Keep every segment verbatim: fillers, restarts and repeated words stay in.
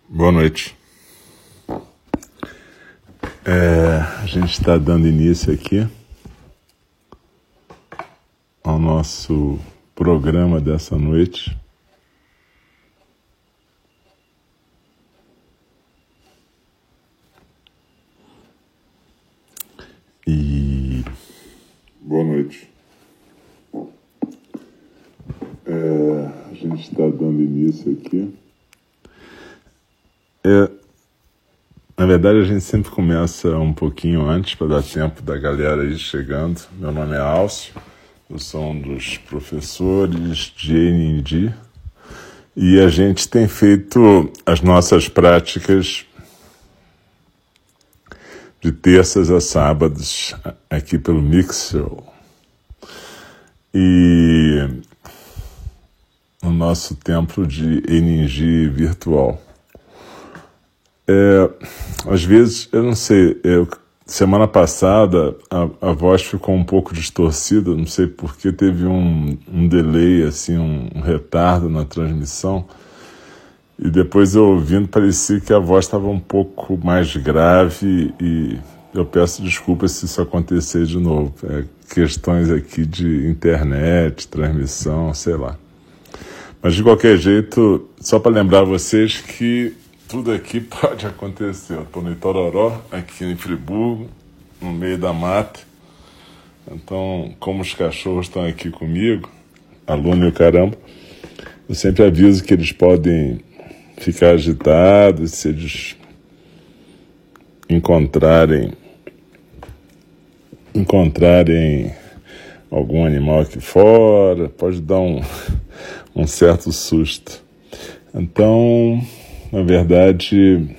Boa noite. É, a gente está dando início aqui ao nosso programa dessa noite. E boa noite. É, a gente está dando início aqui. É, na verdade, a gente sempre começa um pouquinho antes para dar tempo da galera ir chegando. Meu nome é Alcio, eu sou um dos professores de E N G e a gente tem feito as nossas práticas de terças a sábados aqui pelo Mixer e no nosso templo de E N G virtual. É, às vezes, eu não sei, eu, semana passada a, a voz ficou um pouco distorcida, não sei porque teve um, um delay, assim, um, um retardo na transmissão, e depois eu ouvindo parecia que a voz estava um pouco mais grave e eu peço desculpas se isso acontecer de novo. É, questões aqui de internet, transmissão, sei lá. Mas de qualquer jeito, só para lembrar vocês que tudo aqui pode acontecer. Eu estou no Itororó, aqui em Friburgo, no meio da mata. Então, como os cachorros estão aqui comigo, aluno e o caramba, eu sempre aviso que eles podem ficar agitados, se eles encontrarem, encontrarem algum animal aqui fora, pode dar um, um certo susto. Então, na verdade,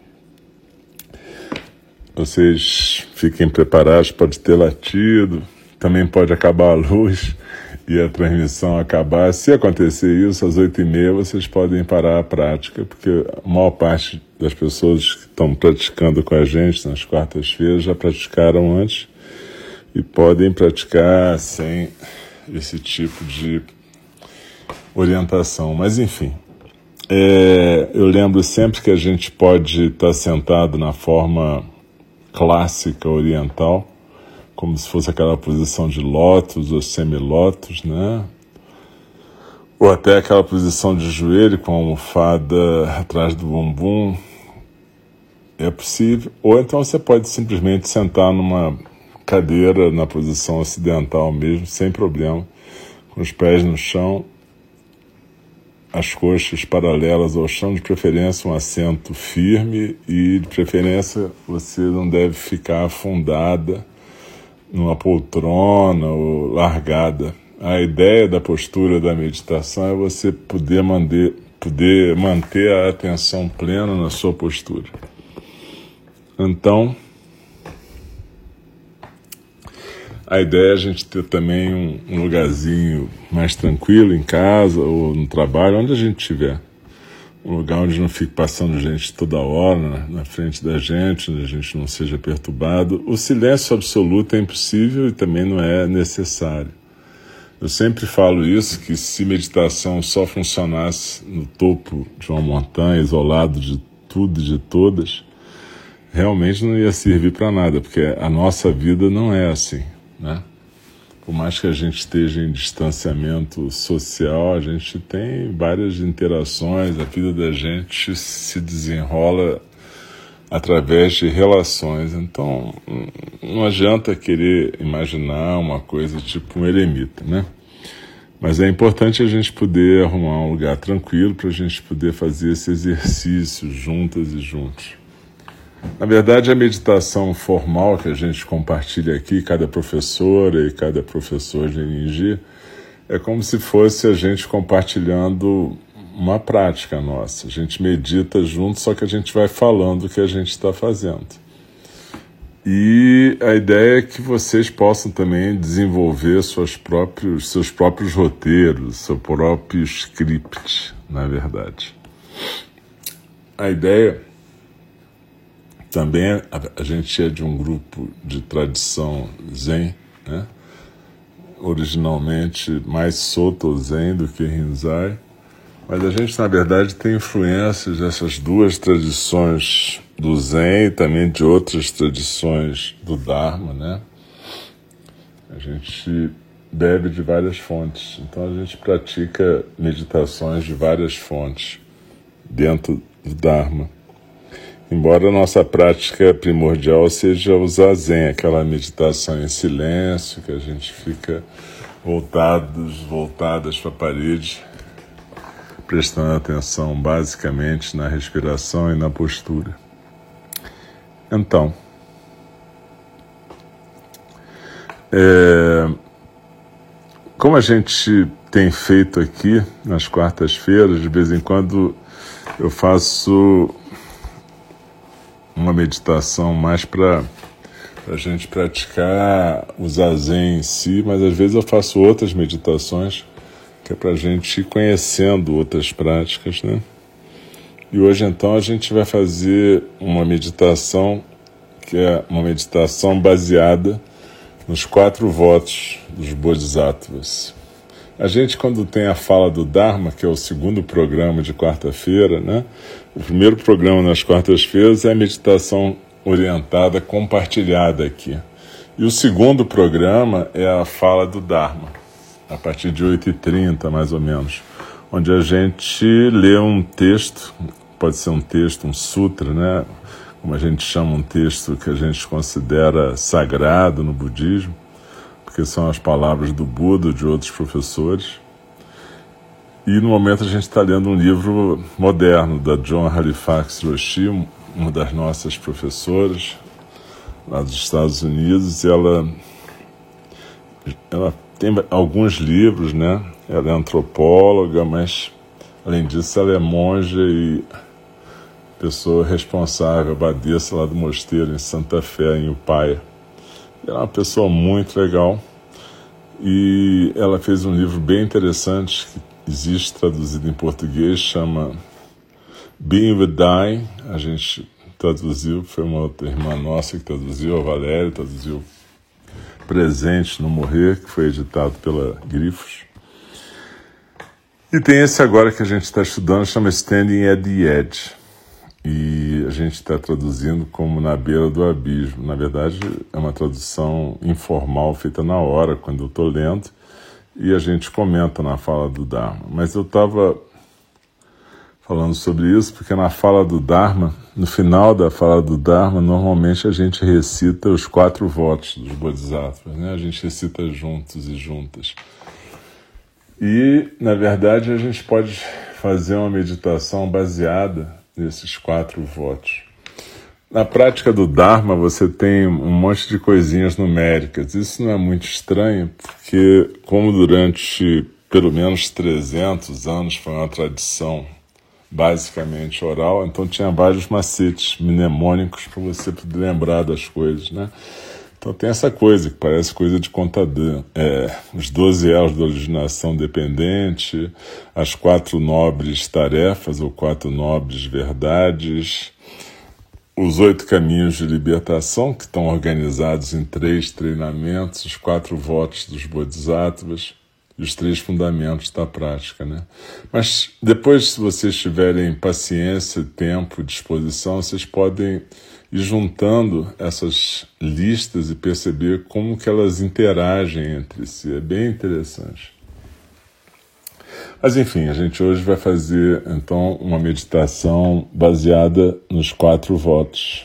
vocês fiquem preparados, pode ter latido, também pode acabar a luz e a transmissão acabar. Se acontecer isso, às oito e meia vocês podem parar a prática, porque a maior parte das pessoas que estão praticando com a gente nas quartas-feiras já praticaram antes e podem praticar sem esse tipo de orientação. Mas, enfim. É, eu lembro sempre que a gente pode estar sentado na forma clássica oriental, como se fosse aquela posição de lótus ou semilótus, né? Ou até aquela posição de joelho com a almofada atrás do bumbum. É possível. Ou então você pode simplesmente sentar numa cadeira na posição ocidental mesmo, sem problema, com os pés no chão, as coxas paralelas ao chão, de preferência um assento firme e, de preferência, você não deve ficar afundada numa poltrona ou largada. A ideia da postura da meditação é você poder manter, poder manter a atenção plena na sua postura. Então, a ideia é a gente ter também um, um lugarzinho mais tranquilo em casa ou no trabalho, onde a gente estiver. Um lugar onde não fique passando gente toda hora na, na frente da gente, onde a gente não seja perturbado. O silêncio absoluto é impossível e também não é necessário. Eu sempre falo isso, que se meditação só funcionasse no topo de uma montanha, isolado de tudo e de todas, realmente não ia servir para nada, porque a nossa vida não é assim. Né? Por mais que a gente esteja em distanciamento social, a gente tem várias interações, a vida da gente se desenrola através de relações. Então, não adianta querer imaginar uma coisa tipo um eremita, né? Mas é importante a gente poder arrumar um lugar tranquilo para a gente poder fazer esse exercício juntas e juntos. Na verdade, a meditação formal que a gente compartilha aqui, cada professora e cada professor de E N G, é como se fosse a gente compartilhando uma prática nossa. A gente medita junto, só que a gente vai falando o que a gente está fazendo. E a ideia é que vocês possam também desenvolver suas próprios, seus próprios roteiros, seu próprio script, na verdade. A ideia também, a, a gente é de um grupo de tradição Zen, né? Originalmente mais Soto Zen do que Rinzai, Mas a gente, na verdade, tem influências dessas duas tradições do Zen e também de outras tradições do Dharma, né? A gente bebe de várias fontes, então a gente pratica meditações de várias fontes dentro do Dharma. Embora a nossa prática primordial seja o Zazen, aquela meditação em silêncio, que a gente fica voltados, voltadas para a parede, prestando atenção basicamente na respiração e na postura. Então, é, como a gente tem feito aqui nas quartas-feiras, de vez em quando eu faço uma meditação mais para a gente praticar o Zazen em si, mas às vezes eu faço outras meditações que é para a gente ir conhecendo outras práticas, né? E hoje, então, a gente vai fazer uma meditação que é uma meditação baseada nos quatro votos dos Bodhisattvas. A gente, quando tem a fala do Dharma, que é o segundo programa de quarta-feira, né? O primeiro programa nas quartas-feiras é a meditação orientada, compartilhada aqui. E o segundo programa é a fala do Dharma, a partir de oito e trinta, mais ou menos, onde a gente lê um texto, pode ser um texto, um sutra, né? Como a gente chama um texto que a gente considera sagrado no budismo, porque são as palavras do Buda ou de outros professores. E no momento a gente está lendo um livro moderno da John Halifax Roshi, uma das nossas professoras lá dos Estados Unidos. E ela, ela tem alguns livros, né? Ela é antropóloga, mas além disso ela é monja e pessoa responsável, abadesa lá do mosteiro em Santa Fé, em Upaya. Ela é uma pessoa muito legal e ela fez um livro bem interessante que existe traduzido em português, chama Being with Dying. A gente traduziu, foi uma outra irmã nossa que traduziu, a Valéria, traduziu Presente no Morrer, que foi editado pela Grifos. E tem esse agora que a gente está estudando, chama Standing at the Edge. E a gente está traduzindo como Na Beira do Abismo. Na verdade, é uma tradução informal, feita na hora, quando eu estou lendo, e a gente comenta na fala do Dharma. Mas eu estava falando sobre isso porque na fala do Dharma, no final da fala do Dharma, normalmente a gente recita os quatro votos dos Bodhisattvas, né? A gente recita juntos e juntas. E, na verdade, a gente pode fazer uma meditação baseada nesses quatro votos. Na prática do Dharma, você tem um monte de coisinhas numéricas. Isso não é muito estranho, porque como durante pelo menos trezentos anos foi uma tradição basicamente oral, então tinha vários macetes mnemônicos para você poder lembrar das coisas, né? Então tem essa coisa que parece coisa de contador, é, os doze elos da originação dependente, as quatro nobres tarefas ou quatro nobres verdades, os oito caminhos de libertação que estão organizados em três treinamentos, os quatro votos dos Bodhisattvas e os três fundamentos da prática, né? Mas depois, se vocês tiverem paciência, tempo, disposição, vocês podem ir juntando essas listas e perceber como que elas interagem entre si. É bem interessante. Mas enfim, a gente hoje vai fazer então uma meditação baseada nos quatro votos.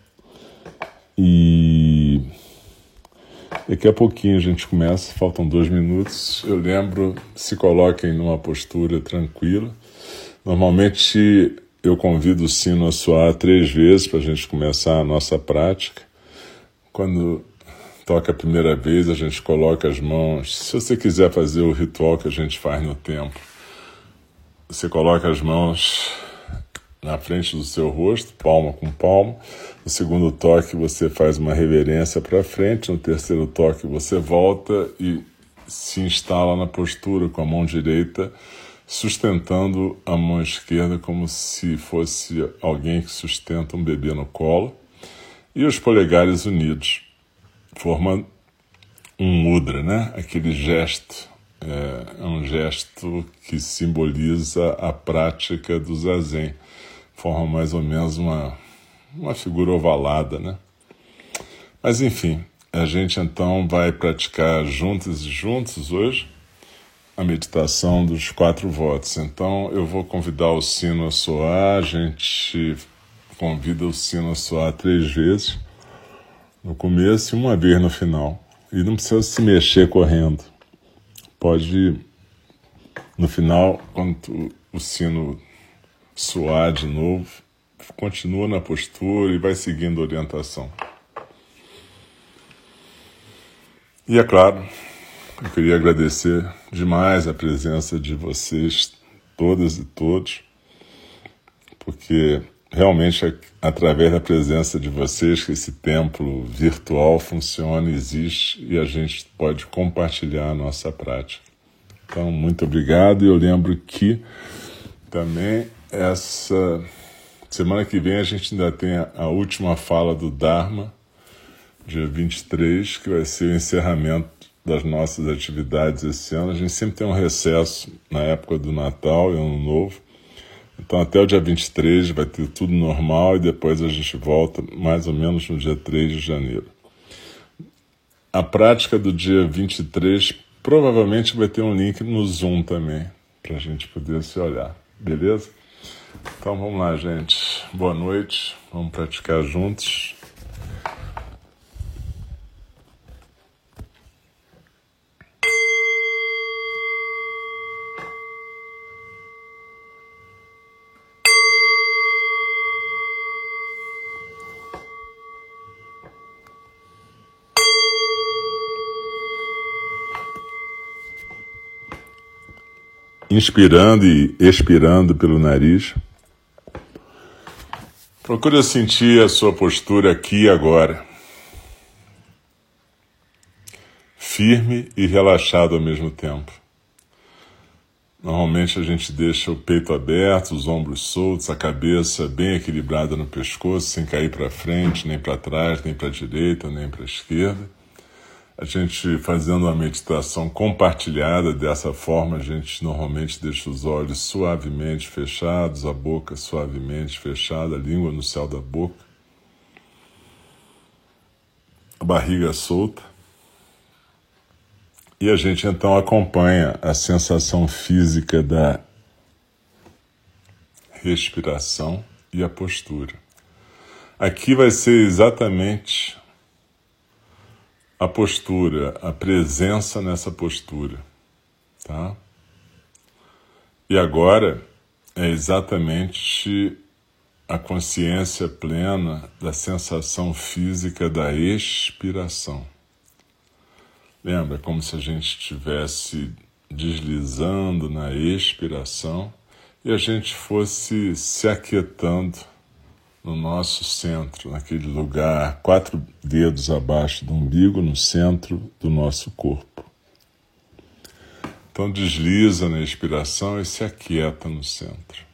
E daqui a pouquinho a gente começa, faltam dois minutos. Eu lembro, se coloquem numa postura tranquila. Normalmente eu convido o sino a soar três vezes para a gente começar a nossa prática. Quando toca a primeira vez, a gente coloca as mãos. Se você quiser fazer o ritual que a gente faz no templo, você coloca as mãos na frente do seu rosto, palma com palma. No segundo toque, você faz uma reverência para frente. No terceiro toque, você volta e se instala na postura com a mão direita sustentando a mão esquerda como se fosse alguém que sustenta um bebê no colo, e os polegares unidos, formando um mudra, né? Aquele gesto é, é um gesto que simboliza a prática do zazen. Forma mais ou menos uma, uma figura ovalada, né? Mas enfim, a gente então vai praticar juntos e juntos hoje a meditação dos quatro votos. Então eu vou convidar o sino a soar, a gente convida o sino a soar três vezes no começo e uma vez no final. E não precisa se mexer correndo. Pode, no final, quando o sino soar de novo, continua na postura e vai seguindo a orientação. E é claro, eu queria agradecer demais a presença de vocês, todas e todos, porque realmente é através da presença de vocês que esse templo virtual funciona, existe e a gente pode compartilhar a nossa prática. Então, muito obrigado, e eu lembro que também essa semana que vem a gente ainda tem a, a última fala do Dharma, dia vinte e três, que vai ser o encerramento das nossas atividades esse ano. A gente sempre tem um recesso na época do Natal e Ano Novo, então até o dia vinte e três vai ter tudo normal e depois a gente volta mais ou menos no dia três de janeiro. A prática do dia vinte e três provavelmente vai ter um link no Zoom também, para a gente poder se olhar, beleza? Então vamos lá, gente. Boa noite, vamos praticar juntos. Inspirando e expirando pelo nariz. Procure sentir a sua postura aqui e agora. Firme e relaxado ao mesmo tempo. Normalmente a gente deixa o peito aberto, os ombros soltos, a cabeça bem equilibrada no pescoço, sem cair para frente, nem para trás, nem para a direita, nem para a esquerda. A gente fazendo uma meditação compartilhada dessa forma, a gente normalmente deixa os olhos suavemente fechados, a boca suavemente fechada, a língua no céu da boca, a barriga solta. E a gente então acompanha a sensação física da respiração e a postura. Aqui vai ser exatamente a postura, a presença nessa postura, tá? E agora é exatamente a consciência plena da sensação física da expiração. Lembra, como se a gente estivesse deslizando na expiração e a gente fosse se aquietando no nosso centro, naquele lugar, quatro dedos abaixo do umbigo, no centro do nosso corpo. Então desliza na expiração e se aquieta no centro.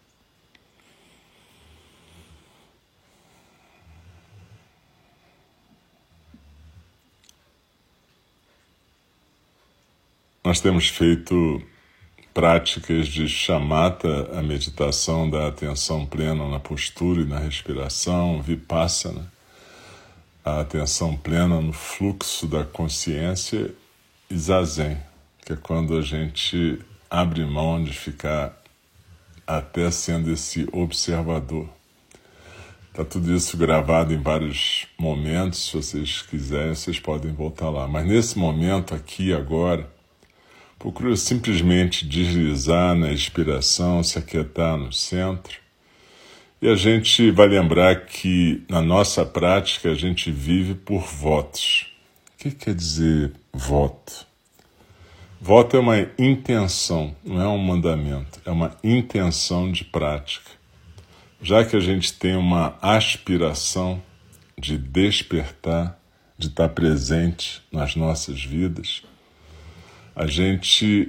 Nós temos feito práticas de shamatha, a meditação da atenção plena na postura e na respiração, vipassana, a atenção plena no fluxo da consciência, e zazen, que é quando a gente abre mão de ficar até sendo esse observador. Está tudo isso gravado em vários momentos, se vocês quiserem, vocês podem voltar lá. Mas nesse momento, aqui e agora, procura simplesmente deslizar na expiração, se aquietar no centro. E a gente vai lembrar que na nossa prática a gente vive por votos. O que quer dizer voto? Voto é uma intenção, não é um mandamento, é uma intenção de prática. Já que a gente tem uma aspiração de despertar, de estar presente nas nossas vidas, a gente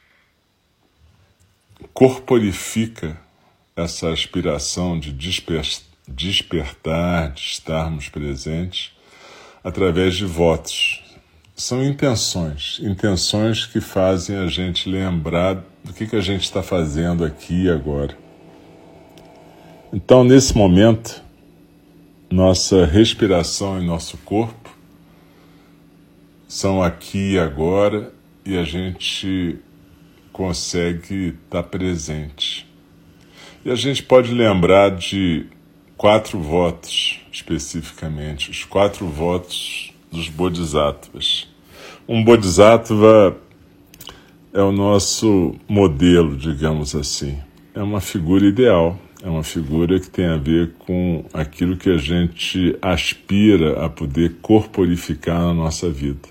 corporifica essa aspiração de desper- despertar, de estarmos presentes, através de votos. são intenções, intenções que fazem a gente lembrar do que, que a gente está fazendo aqui e agora. Então, nesse momento, nossa respiração e nosso corpo são aqui e agora e a gente consegue estar presente. E a gente pode lembrar de quatro votos, especificamente, os quatro votos dos Bodhisattvas. Um Bodhisattva é o nosso modelo, digamos assim. É uma figura ideal, é uma figura que tem a ver com aquilo que a gente aspira a poder corporificar na nossa vida.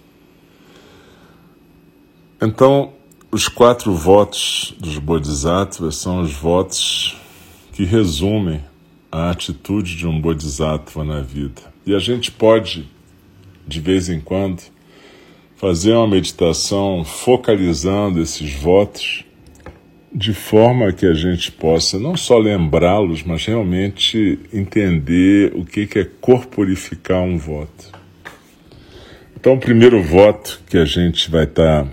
Então, os quatro votos dos Bodhisattvas são os votos que resumem a atitude de um Bodhisattva na vida. E a gente pode, de vez em quando, fazer uma meditação focalizando esses votos de forma que a gente possa não só lembrá-los, mas realmente entender o que é corporificar um voto. Então, o primeiro voto que a gente vai estar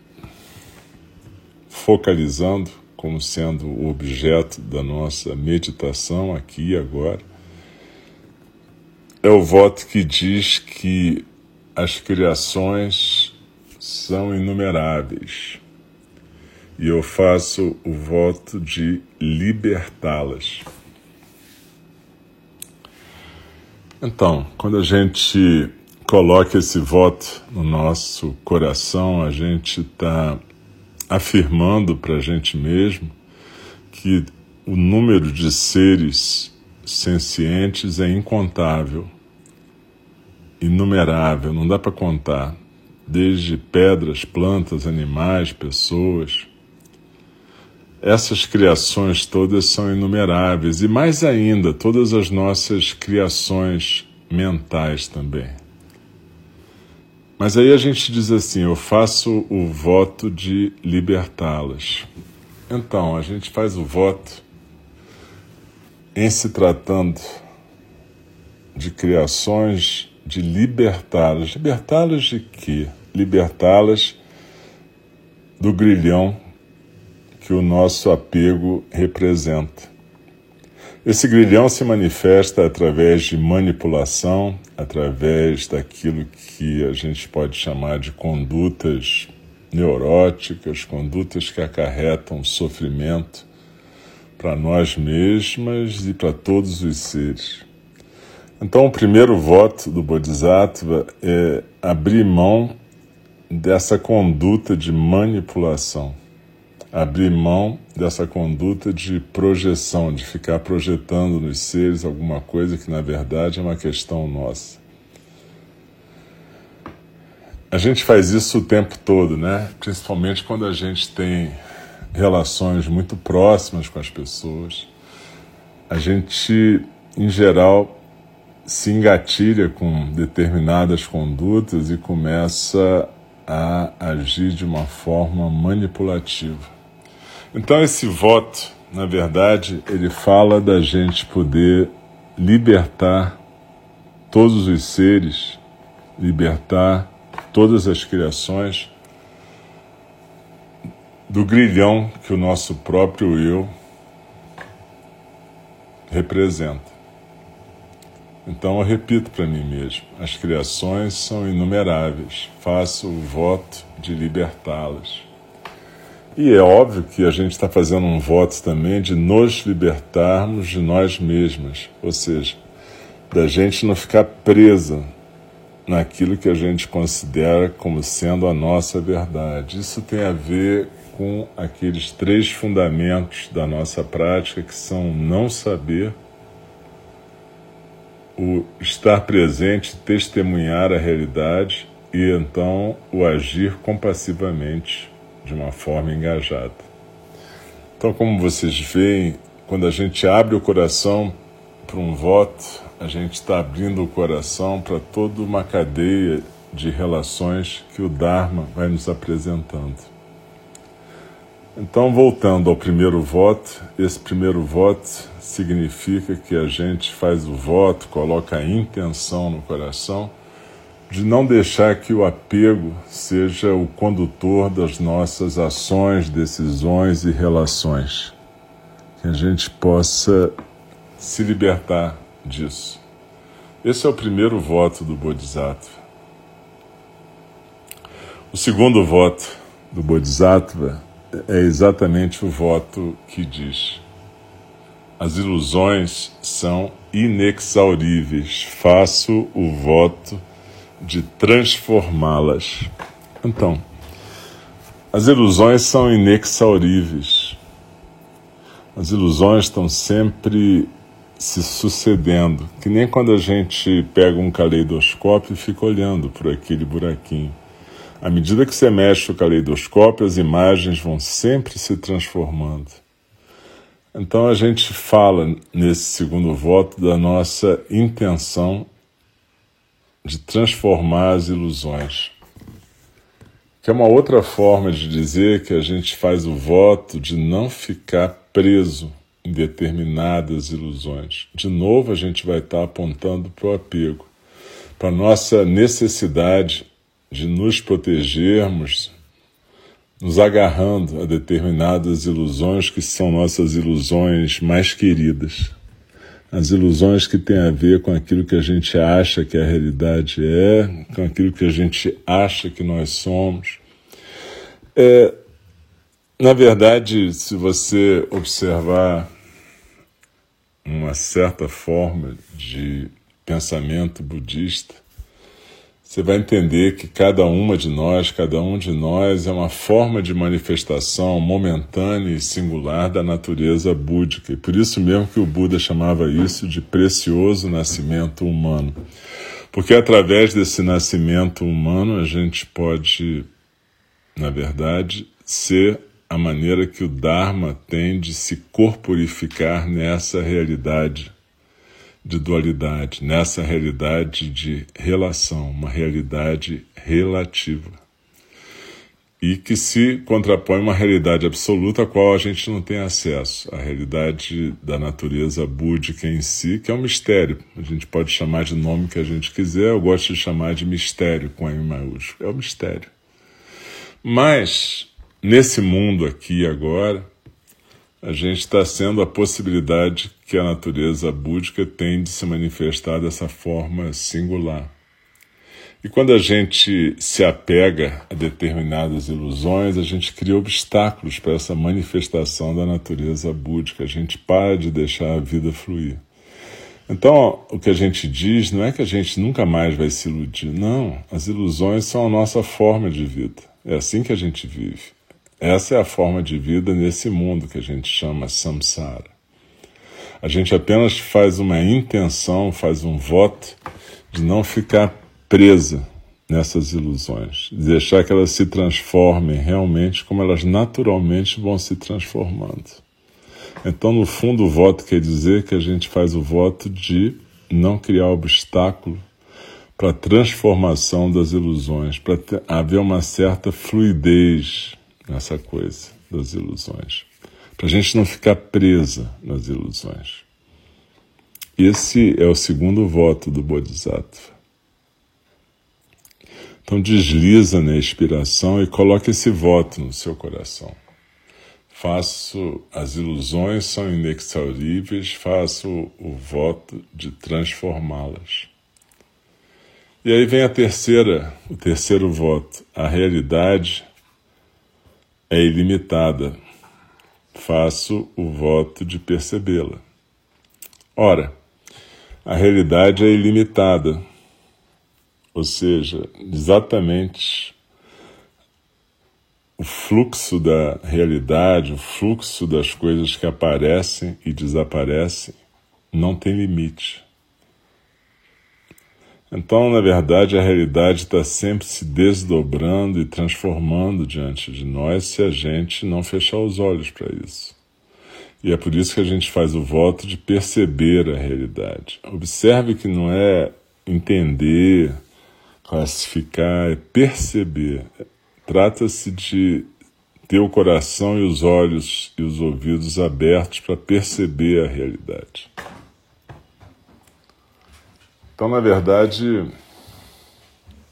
focalizando como sendo o objeto da nossa meditação aqui e agora, é o voto que diz que as criações são inumeráveis e eu faço o voto de libertá-las. Então, quando a gente coloca esse voto no nosso coração, a gente está afirmando para a gente mesmo que o número de seres sencientes é incontável, inumerável, não dá para contar, desde pedras, plantas, animais, pessoas. Essas criações todas são inumeráveis, e mais ainda, todas as nossas criações mentais também. Mas aí a gente diz assim, eu faço o voto de libertá-las. Então, a gente faz o voto em se tratando de criações, de libertá-las. Libertá-las de quê? Libertá-las do grilhão que o nosso apego representa. Esse grilhão se manifesta através de manipulação, através daquilo que a gente pode chamar de condutas neuróticas, condutas que acarretam sofrimento para nós mesmas e para todos os seres. Então, o primeiro voto do Bodhisattva é abrir mão dessa conduta de manipulação, abrir mão dessa conduta de projeção, de ficar projetando nos seres alguma coisa que, na verdade, é uma questão nossa. A gente faz isso o tempo todo, né? Principalmente quando a gente tem relações muito próximas com as pessoas. A gente, em geral, se engatilha com determinadas condutas e começa a agir de uma forma manipulativa. Então esse voto, na verdade, ele fala da gente poder libertar todos os seres, libertar todas as criações do grilhão que o nosso próprio eu representa. Então eu repito para mim mesmo, as criações são inumeráveis, faço o voto de libertá-las. E é óbvio que a gente está fazendo um voto também de nos libertarmos de nós mesmas, ou seja, da gente não ficar presa naquilo que a gente considera como sendo a nossa verdade. Isso tem a ver com aqueles três fundamentos da nossa prática, que são não saber, o estar presente, testemunhar a realidade e então o agir compassivamente, de uma forma engajada. Então, como vocês veem, quando a gente abre o coração para um voto, a gente está abrindo o coração para toda uma cadeia de relações que o Dharma vai nos apresentando. Então, voltando ao primeiro voto, esse primeiro voto significa que a gente faz o voto, coloca a intenção no coração de não deixar que o apego seja o condutor das nossas ações, decisões e relações. Que a gente possa se libertar disso. Esse é o primeiro voto do Bodhisattva. O segundo voto do Bodhisattva é exatamente o voto que diz: as ilusões são inexauríveis, faço o voto de transformá-las. Então, as ilusões são inexauríveis. As ilusões estão sempre se sucedendo, que nem quando a gente pega um caleidoscópio e fica olhando por aquele buraquinho. À medida que você mexe o caleidoscópio, as imagens vão sempre se transformando. Então a gente fala nesse segundo voto da nossa intenção de transformar as ilusões, que é uma outra forma de dizer que a gente faz o voto de não ficar preso em determinadas ilusões. De novo, a gente vai estar apontando para o apego, para a nossa necessidade de nos protegermos, nos agarrando a determinadas ilusões que são nossas ilusões mais queridas. As ilusões que têm a ver com aquilo que a gente acha que a realidade é, com aquilo que a gente acha que nós somos. É, na verdade, se você observar uma certa forma de pensamento budista, você vai entender que cada uma de nós, cada um de nós é uma forma de manifestação momentânea e singular da natureza búdica. E por isso mesmo que o Buda chamava isso de precioso nascimento humano. Porque através desse nascimento humano a gente pode, na verdade, ser a maneira que o Dharma tem de se corporificar nessa realidade de dualidade, nessa realidade de relação, uma realidade relativa, e que se contrapõe a uma realidade absoluta a qual a gente não tem acesso, a realidade da natureza búdica em si, que é um mistério. A gente pode chamar de nome que a gente quiser, eu gosto de chamar de mistério com M maiúsculo, é um mistério. Mas, nesse mundo aqui agora, a gente está sendo a possibilidade que a natureza búdica tem de se manifestar dessa forma singular. E quando a gente se apega a determinadas ilusões, a gente cria obstáculos para essa manifestação da natureza búdica. A gente para de deixar a vida fluir. Então, o que a gente diz não é que a gente nunca mais vai se iludir. Não, as ilusões são a nossa forma de vida. É assim que a gente vive. Essa é a forma de vida nesse mundo que a gente chama samsara. A gente apenas faz uma intenção, faz um voto de não ficar presa nessas ilusões, de deixar que elas se transformem realmente como elas naturalmente vão se transformando. Então, no fundo, o voto quer dizer que a gente faz o voto de não criar obstáculo para a transformação das ilusões, para haver uma certa fluidez nessa coisa das ilusões, para a gente não ficar presa nas ilusões. Esse é o segundo voto do Bodhisattva. Então desliza na expiração e coloque esse voto no seu coração. Faço, as ilusões são inexauríveis, faço o voto de transformá-las. E aí vem a terceira, o terceiro voto. A realidade é ilimitada. Faço o voto de percebê-la. Ora, a realidade é ilimitada, ou seja, exatamente o fluxo da realidade, o fluxo das coisas que aparecem e desaparecem, não tem limite. Então, na verdade, a realidade está sempre se desdobrando e transformando diante de nós se a gente não fechar os olhos para isso. E é por isso que a gente faz o voto de perceber a realidade. Observe que não é entender, classificar, é perceber. Trata-se de ter o coração e os olhos e os ouvidos abertos para perceber a realidade. Então, na verdade,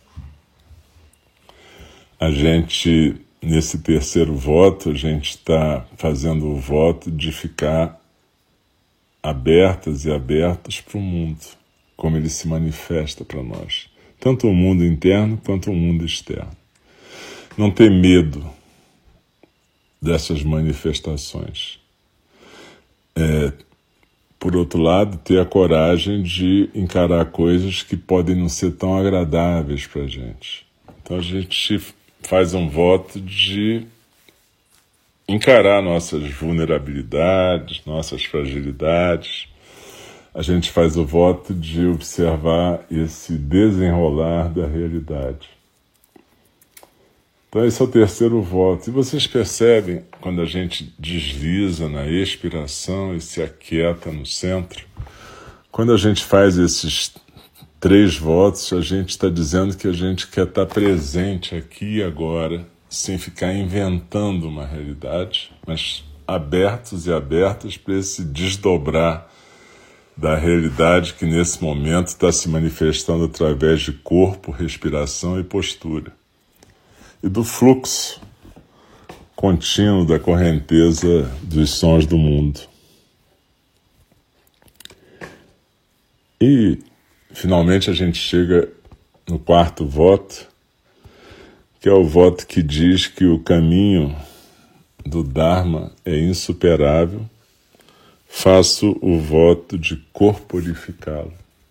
a gente, nesse terceiro voto, a gente está fazendo o voto de ficar abertas e abertos para o mundo, como ele se manifesta para nós, tanto o mundo interno quanto o mundo externo. Não ter medo dessas manifestações. É, por outro lado, ter a coragem de encarar coisas que podem não ser tão agradáveis para a gente. Então a gente faz um voto de encarar nossas vulnerabilidades, nossas fragilidades. A gente faz o voto de observar esse desenrolar da realidade. Então esse é o terceiro voto. E vocês percebem, quando a gente desliza na expiração e se aquieta no centro, quando a gente faz esses três votos, a gente está dizendo que a gente quer estar presente aqui e agora, sem ficar inventando uma realidade, mas abertos e abertas para esse desdobrar da realidade que nesse momento está se manifestando através de corpo, respiração e postura. E do fluxo contínuo da correnteza dos sons do mundo. E, finalmente, a gente chega no quarto voto, que é o voto que diz que o caminho do Dharma é insuperável. Faço o voto de corporificá-lo.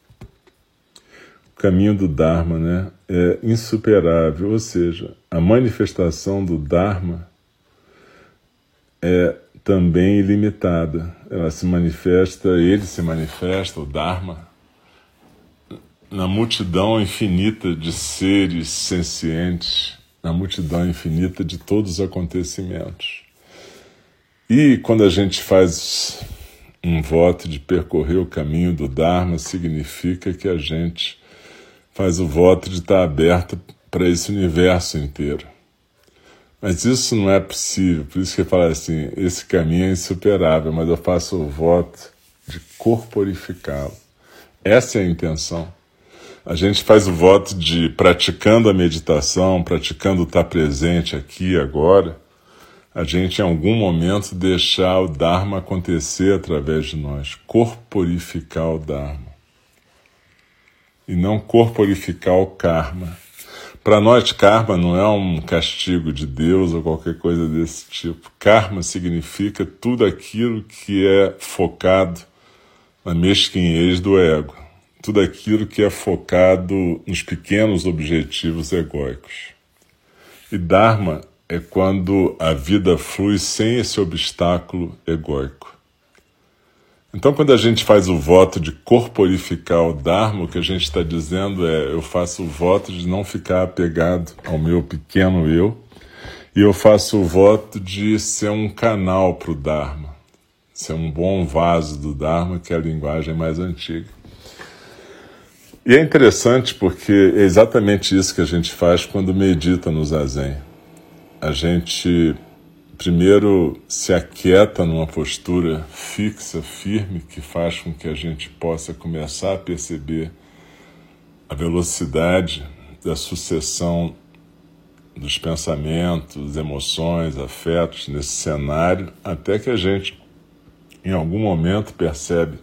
O caminho do Dharma, né, é insuperável, ou seja, a manifestação do Dharma é também ilimitada. Ela se manifesta, ele se manifesta, o Dharma, na multidão infinita de seres sencientes, na multidão infinita de todos os acontecimentos. E quando a gente faz um voto de percorrer o caminho do Dharma, significa que a gente faz o voto de estar aberto para esse universo inteiro. Mas isso não é possível, por isso que eu falo assim, esse caminho é insuperável, mas eu faço o voto de corporificá-lo. Essa é a intenção. A gente faz o voto de, praticando a meditação, praticando estar presente aqui e agora, a gente em algum momento deixar o Dharma acontecer através de nós, corporificar o Dharma. E não corporificar o karma. Para nós, karma não é um castigo de Deus ou qualquer coisa desse tipo. Karma significa tudo aquilo que é focado na mesquinhez do ego. Tudo aquilo que é focado nos pequenos objetivos egóicos. E Dharma é quando a vida flui sem esse obstáculo egóico. Então, quando a gente faz o voto de corporificar o Dharma, o que a gente está dizendo é, eu faço o voto de não ficar apegado ao meu pequeno eu, e eu faço o voto de ser um canal para o Dharma, ser um bom vaso do Dharma, que é a linguagem mais antiga. E é interessante porque é exatamente isso que a gente faz quando medita no Zazen. A gente primeiro se aquieta numa postura fixa, firme, que faz com que a gente possa começar a perceber a velocidade da sucessão dos pensamentos, emoções, afetos nesse cenário, até que a gente, em algum momento, percebe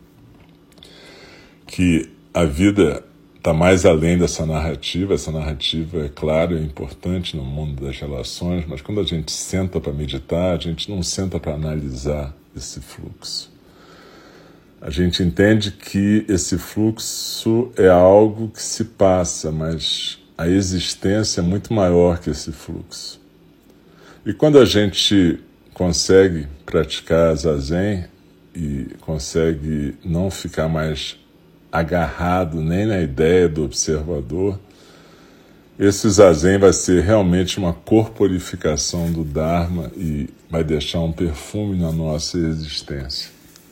que a vida está mais além dessa narrativa. Essa narrativa, é claro, é importante no mundo das relações, mas quando a gente senta para meditar, a gente não senta para analisar esse fluxo. A gente entende que esse fluxo é algo que se passa, mas a existência é muito maior que esse fluxo. E quando a gente consegue praticar Zazen e consegue não ficar mais agarrado nem na ideia do observador, esse Zazen vai ser realmente uma corporificação do Dharma e vai deixar um perfume na nossa existência.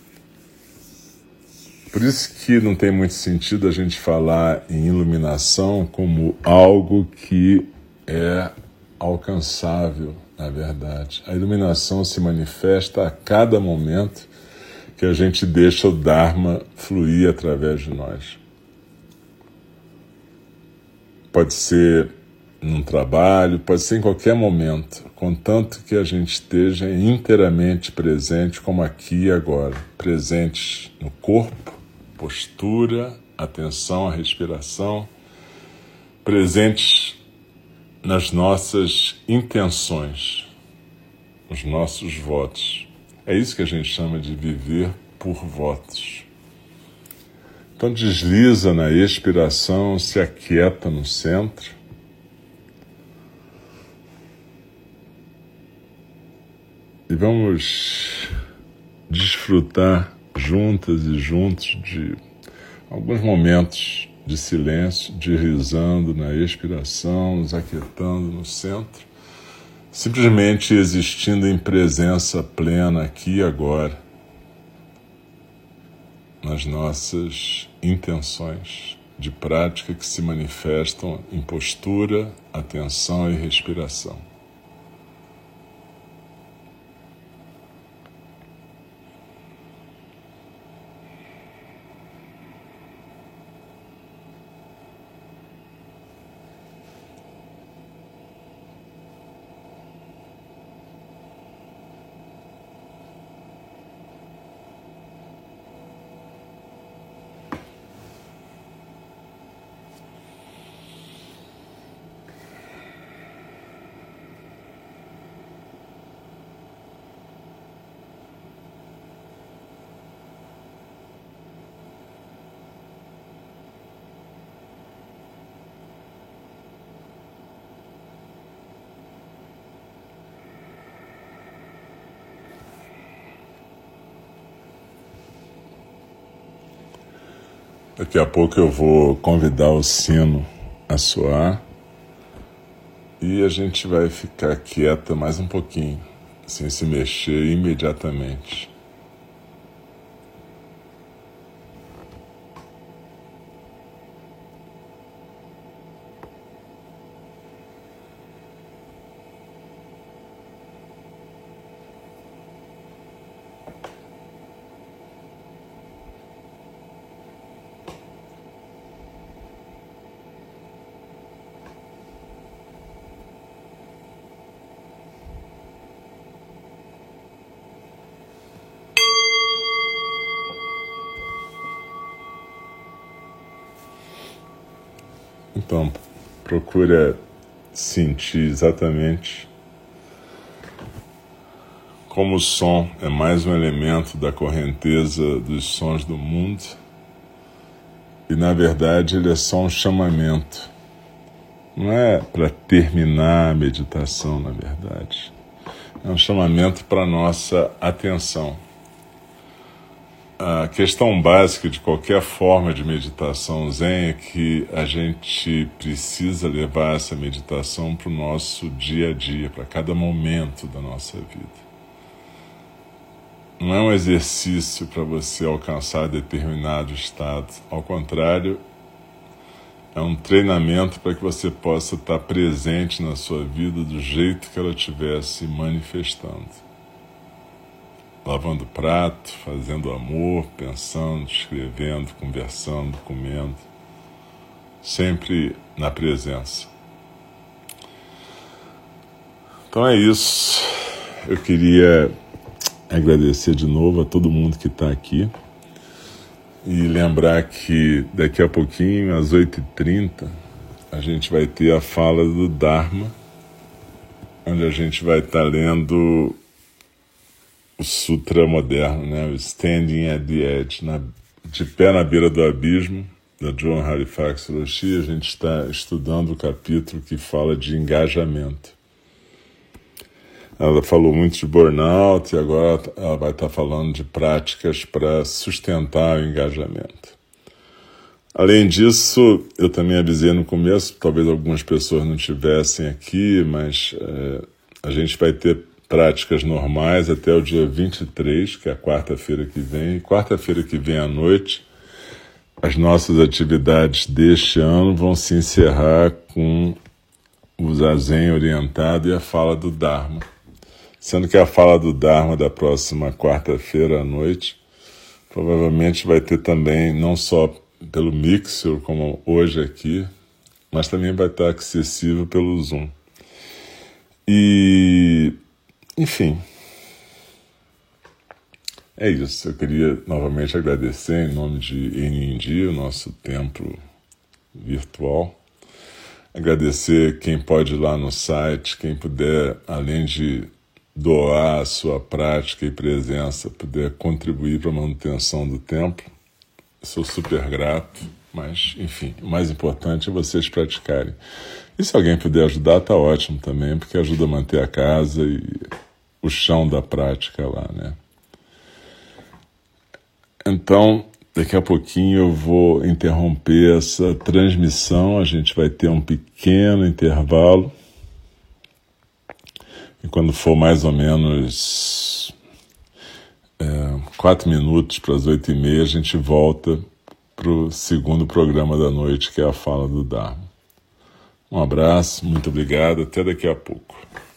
Por isso que não tem muito sentido a gente falar em iluminação como algo que é alcançável, na verdade. A iluminação se manifesta a cada momento que a gente deixa o Dharma fluir através de nós. Pode ser num trabalho, pode ser em qualquer momento, contanto que a gente esteja inteiramente presente, como aqui e agora, presente no corpo, postura, atenção à respiração, presentes nas nossas intenções, os nossos votos. É isso que a gente chama de viver por votos. Então desliza na expiração, se aquieta no centro. E vamos desfrutar juntas e juntos de alguns momentos de silêncio, deslizando na expiração, nos aquietando no centro, simplesmente existindo em presença plena aqui e agora, nas nossas intenções de prática que se manifestam em postura, atenção e respiração. Daqui a pouco eu vou convidar o sino a soar e a gente vai ficar quieta mais um pouquinho, sem se mexer imediatamente. Então, procura sentir exatamente como o som é mais um elemento da correnteza dos sons do mundo e, na verdade, ele é só um chamamento. Não é para terminar a meditação, na verdade. É um chamamento para a nossa atenção. A questão básica de qualquer forma de meditação zen é que a gente precisa levar essa meditação para o nosso dia a dia, para cada momento da nossa vida. Não é um exercício para você alcançar determinado estado. Ao contrário, é um treinamento para que você possa estar presente na sua vida do jeito que ela estiver se manifestando. Lavando prato, fazendo amor, pensando, escrevendo, conversando, comendo, sempre na presença. Então é isso. Eu queria agradecer de novo a todo mundo que está aqui e lembrar que daqui a pouquinho, às oito e trinta, a gente vai ter a fala do Dharma, onde a gente vai estar lendo o Sutra moderno, né? O Standing at the Edge, na, de pé na beira do abismo, da John Halifax Roshi. A gente está estudando o capítulo que fala de engajamento. Ela falou muito de burnout e agora ela vai estar falando de práticas para sustentar o engajamento. Além disso, eu também avisei no começo, talvez algumas pessoas não estivessem aqui, mas é, a gente vai ter práticas normais até o dia vinte e três, que é a quarta-feira que vem. E quarta-feira que vem à noite, as nossas atividades deste ano vão se encerrar com o Zazen orientado e a fala do Dharma. Sendo que a fala do Dharma da próxima quarta-feira à noite provavelmente vai ter também, não só pelo Mixer, como hoje aqui, mas também vai estar acessível pelo Zoom. E, enfim, é isso. Eu queria novamente agradecer em nome de N N o nosso templo virtual. Agradecer quem pode ir lá no site, quem puder, além de doar a sua prática e presença, puder contribuir para a manutenção do templo. Sou super grato, mas, enfim, o mais importante é vocês praticarem. E se alguém puder ajudar, tá ótimo também, porque ajuda a manter a casa e o chão da prática lá, né? Então, daqui a pouquinho eu vou interromper essa transmissão, a gente vai ter um pequeno intervalo, e quando for mais ou menos é, quatro minutos para as oito e meia, a gente volta para o segundo programa da noite, que é a Fala do Dharma. Um abraço, muito obrigado, até daqui a pouco.